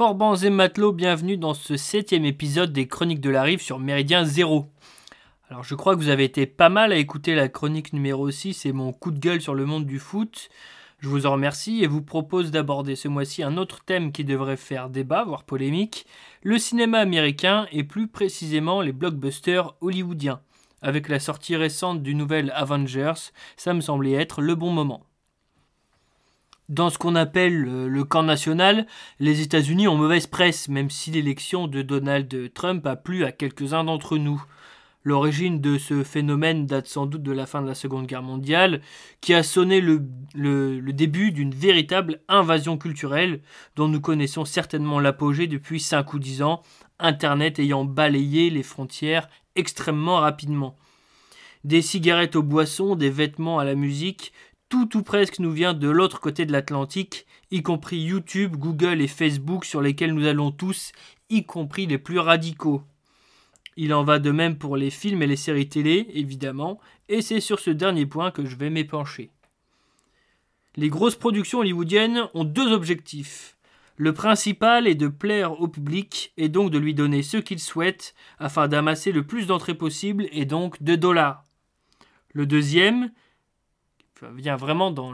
Forbans et matelots, bienvenue dans ce 7e épisode des Chroniques de la Rive sur Méridien Zéro. Alors je crois que vous avez été pas mal à écouter la chronique numéro 6 et mon coup de gueule sur le monde du foot. Je vous en remercie et vous propose d'aborder ce mois-ci un autre thème qui devrait faire débat, voire polémique, le cinéma américain et plus précisément les blockbusters hollywoodiens. Avec la sortie récente du nouvel Avengers, ça me semblait être le bon moment. Dans ce qu'on appelle le camp national, les États-Unis ont mauvaise presse, même si l'élection de Donald Trump a plu à quelques-uns d'entre nous. L'origine de ce phénomène date sans doute de la fin de la Seconde Guerre mondiale, qui a sonné le début d'une véritable invasion culturelle, dont nous connaissons certainement l'apogée depuis 5 ou 10 ans, Internet ayant balayé les frontières extrêmement rapidement. Des cigarettes aux boissons, des vêtements à la musique, tout ou presque nous vient de l'autre côté de l'Atlantique, y compris YouTube, Google et Facebook sur lesquels nous allons tous, y compris les plus radicaux. Il en va de même pour les films et les séries télé, évidemment, et c'est sur ce dernier point que je vais m'épancher. Les grosses productions hollywoodiennes ont 2 objectifs. Le principal est de plaire au public et donc de lui donner ce qu'il souhaite afin d'amasser le plus d'entrées possible et donc de dollars. Le deuxième vient vraiment dans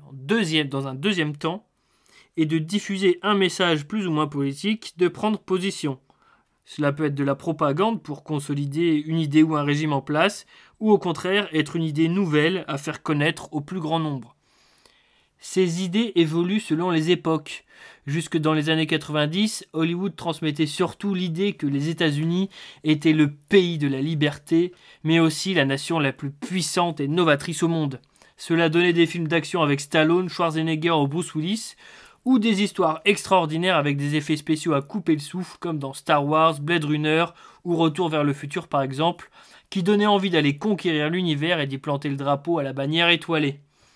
un deuxième temps, et de diffuser un message plus ou moins politique, de prendre position. Cela peut être de la propagande pour consolider une idée ou un régime en place, ou au contraire être une idée nouvelle à faire connaître au plus grand nombre. Ces idées évoluent selon les époques. Jusque dans les années 90, Hollywood transmettait surtout l'idée que les États-Unis étaient le pays de la liberté, mais aussi la nation la plus puissante et novatrice au monde. Cela donnait des films d'action avec Stallone, Schwarzenegger ou Bruce Willis, ou des histoires extraordinaires avec des effets spéciaux à couper le souffle, comme dans Star Wars, Blade Runner ou Retour vers le futur par exemple, qui donnaient envie d'aller conquérir l'univers et d'y planter le drapeau à la bannière étoilée.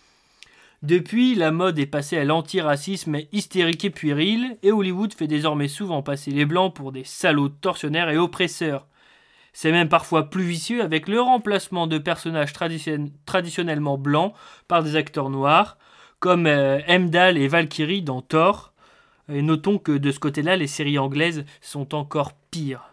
Depuis, la mode est passée à l'antiracisme hystérique et puéril, et Hollywood fait désormais souvent passer les blancs pour des salauds tortionnaires et oppresseurs. C'est même parfois plus vicieux avec le remplacement de personnages traditionnellement blancs par des acteurs noirs, comme Heimdall et Valkyrie dans Thor. Et notons que de ce côté-là, les séries anglaises sont encore pires.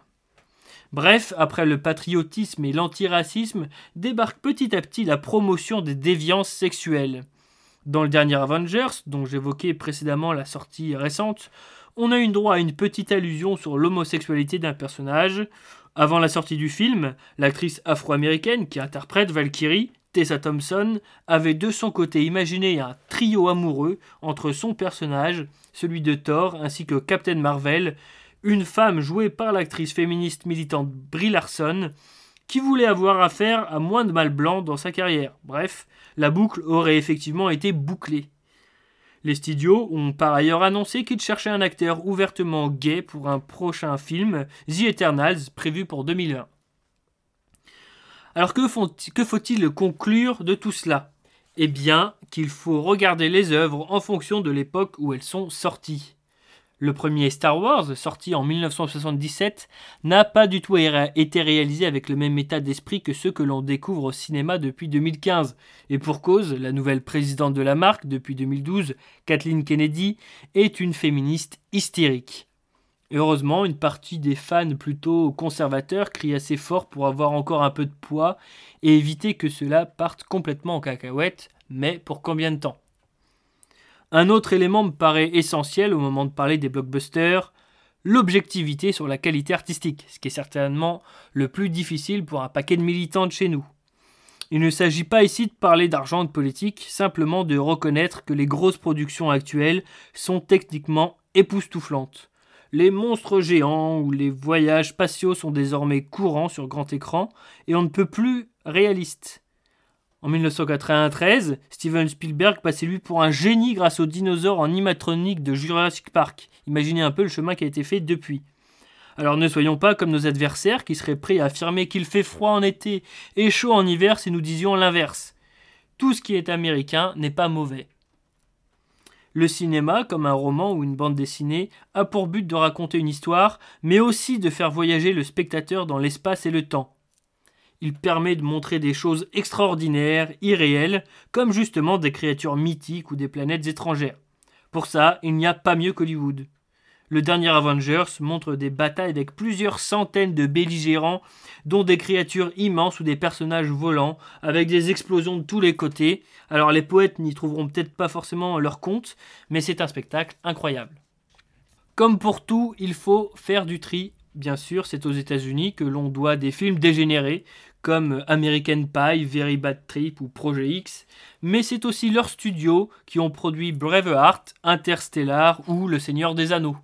Bref, après le patriotisme et l'antiracisme, débarque petit à petit la promotion des déviances sexuelles. Dans le dernier Avengers, dont j'évoquais précédemment la sortie récente, on a eu droit à une petite allusion sur l'homosexualité d'un personnage. Avant la sortie du film, l'actrice afro-américaine qui interprète Valkyrie, Tessa Thompson, avait de son côté imaginé un trio amoureux entre son personnage, celui de Thor, ainsi que Captain Marvel, une femme jouée par l'actrice féministe militante Brie Larson, qui voulait avoir affaire à moins de mâles blancs dans sa carrière. Bref, la boucle aurait effectivement été bouclée. Les studios ont par ailleurs annoncé qu'ils cherchaient un acteur ouvertement gay pour un prochain film, The Eternals, prévu pour 2020. Alors que faut-il conclure de tout cela ? Eh bien, qu'il faut regarder les œuvres en fonction de l'époque où elles sont sorties. Le premier Star Wars, sorti en 1977, n'a pas du tout été réalisé avec le même état d'esprit que ceux que l'on découvre au cinéma depuis 2015. Et pour cause, la nouvelle présidente de la marque depuis 2012, Kathleen Kennedy, est une féministe hystérique. Heureusement, une partie des fans plutôt conservateurs crie assez fort pour avoir encore un peu de poids et éviter que cela parte complètement en cacahuète, mais pour combien de temps ? Un autre élément me paraît essentiel au moment de parler des blockbusters, l'objectivité sur la qualité artistique, ce qui est certainement le plus difficile pour un paquet de militants de chez nous. Il ne s'agit pas ici de parler d'argent ou de politique, simplement de reconnaître que les grosses productions actuelles sont techniquement époustouflantes. Les monstres géants ou les voyages spatiaux sont désormais courants sur grand écran et on ne peut plus réaliste. En 1993, Steven Spielberg passait lui pour un génie grâce aux dinosaures en animatronique de Jurassic Park. Imaginez un peu le chemin qui a été fait depuis. Alors ne soyons pas comme nos adversaires qui seraient prêts à affirmer qu'il fait froid en été et chaud en hiver si nous disions l'inverse. Tout ce qui est américain n'est pas mauvais. Le cinéma, comme un roman ou une bande dessinée, a pour but de raconter une histoire, mais aussi de faire voyager le spectateur dans l'espace et le temps. Il permet de montrer des choses extraordinaires, irréelles, comme justement des créatures mythiques ou des planètes étrangères. Pour ça, il n'y a pas mieux qu'Hollywood. Le dernier Avengers montre des batailles avec plusieurs centaines de belligérants, dont des créatures immenses ou des personnages volants, avec des explosions de tous les côtés. Alors les poètes n'y trouveront peut-être pas forcément leur compte, mais c'est un spectacle incroyable. Comme pour tout, il faut faire du tri. Bien sûr, c'est aux États-Unis que l'on doit des films dégénérés, comme American Pie, Very Bad Trip ou Projet X, mais c'est aussi leurs studios qui ont produit Braveheart, Interstellar ou Le Seigneur des Anneaux.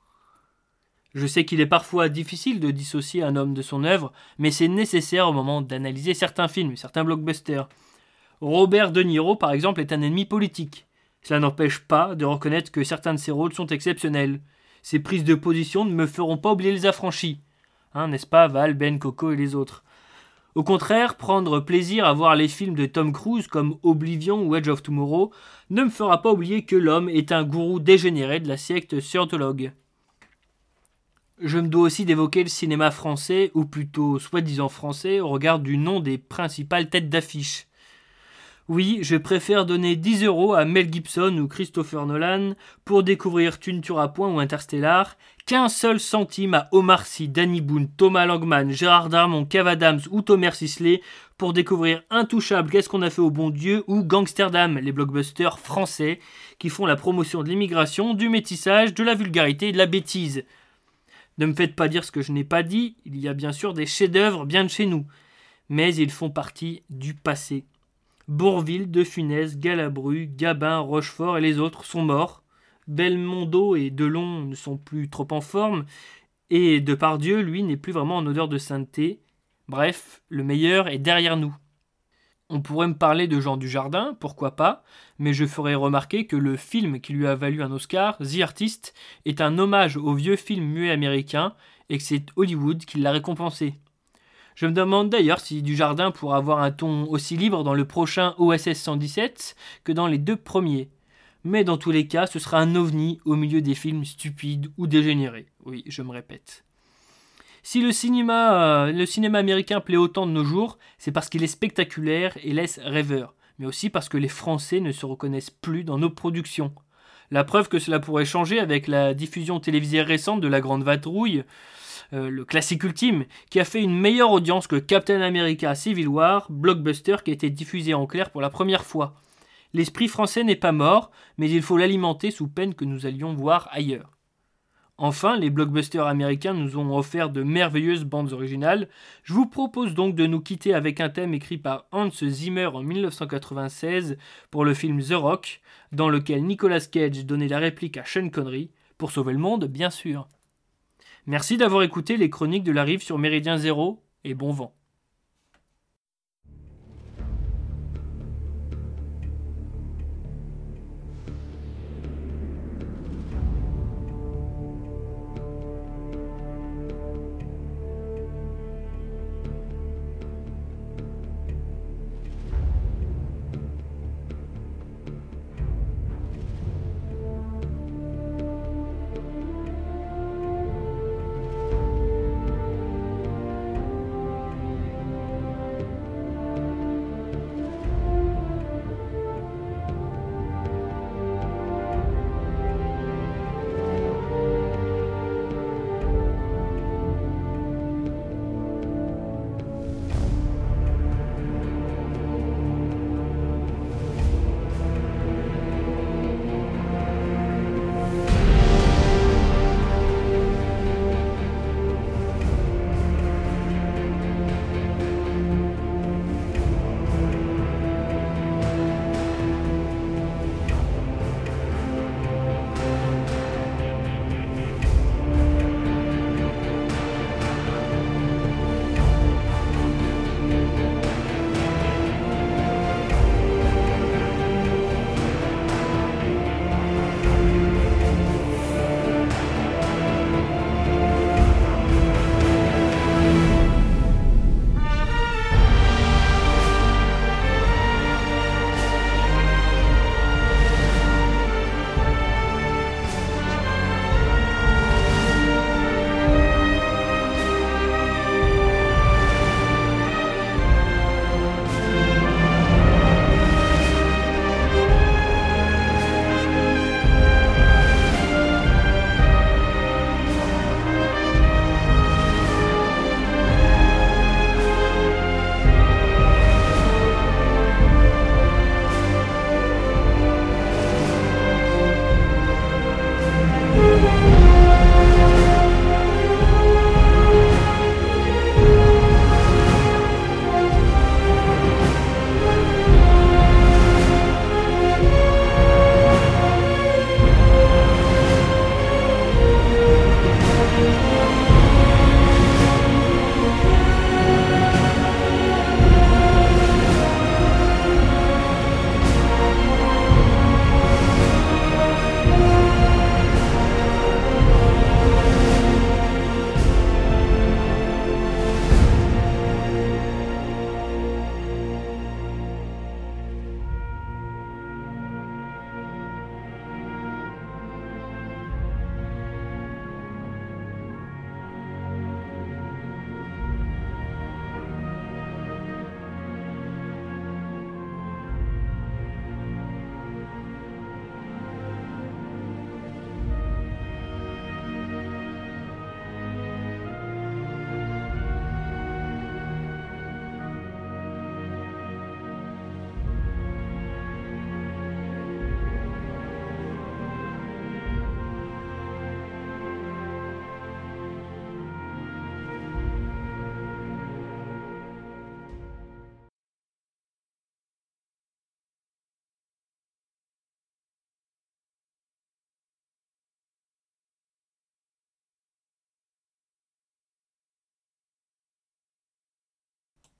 Je sais qu'il est parfois difficile de dissocier un homme de son œuvre, mais c'est nécessaire au moment d'analyser certains films, certains blockbusters. Robert De Niro, par exemple, est un ennemi politique. Cela n'empêche pas de reconnaître que certains de ses rôles sont exceptionnels. Ses prises de position ne me feront pas oublier les affranchis. N'est-ce pas, Val, Ben, Coco et les autres? Au contraire, prendre plaisir à voir les films de Tom Cruise comme Oblivion ou Edge of Tomorrow ne me fera pas oublier que l'homme est un gourou dégénéré de la secte scientologue. Je me dois aussi d'évoquer le cinéma français, ou plutôt soi-disant français, au regard du nom des principales têtes d'affiche. Oui, je préfère donner 10 € à Mel Gibson ou Christopher Nolan pour découvrir Tu ne tueras point ou Interstellar, qu'un seul centime à Omar Sy, Danny Boone, Thomas Langman, Gérard Darmon, Kev Adams ou Thomas Sisley pour découvrir Intouchable, Qu'est-ce qu'on a fait au bon Dieu ou Gangsterdam, les blockbusters français qui font la promotion de l'immigration, du métissage, de la vulgarité et de la bêtise. Ne me faites pas dire ce que je n'ai pas dit, il y a bien sûr des chefs-d'œuvre bien de chez nous, mais ils font partie du passé. Bourvil, De Funès, Galabru, Gabin, Rochefort et les autres sont morts. Belmondo et Delon ne sont plus trop en forme, et Depardieu, lui, n'est plus vraiment en odeur de sainteté. Bref, le meilleur est derrière nous. On pourrait me parler de Jean Dujardin, pourquoi pas, mais je ferai remarquer que le film qui lui a valu un Oscar, The Artist, est un hommage au vieux film muet américain et que c'est Hollywood qui l'a récompensé. Je me demande d'ailleurs si Dujardin pourra avoir un ton aussi libre dans le prochain OSS 117 que dans les 2 premiers. Mais dans tous les cas, ce sera un ovni au milieu des films stupides ou dégénérés. Oui, je me répète. Si le cinéma américain plaît autant de nos jours, c'est parce qu'il est spectaculaire et laisse rêveur, mais aussi parce que les Français ne se reconnaissent plus dans nos productions. La preuve que cela pourrait changer avec la diffusion télévisée récente de La Grande Vadrouille, le classique ultime, qui a fait une meilleure audience que Captain America Civil War, blockbuster qui a été diffusé en clair pour la première fois. L'esprit français n'est pas mort, mais il faut l'alimenter sous peine que nous allions voir ailleurs. Enfin, les blockbusters américains nous ont offert de merveilleuses bandes originales. Je vous propose donc de nous quitter avec un thème écrit par Hans Zimmer en 1996 pour le film The Rock, dans lequel Nicolas Cage donnait la réplique à Sean Connery, pour sauver le monde, bien sûr. Merci d'avoir écouté les chroniques de la Rive sur Méridien Zéro, et bon vent.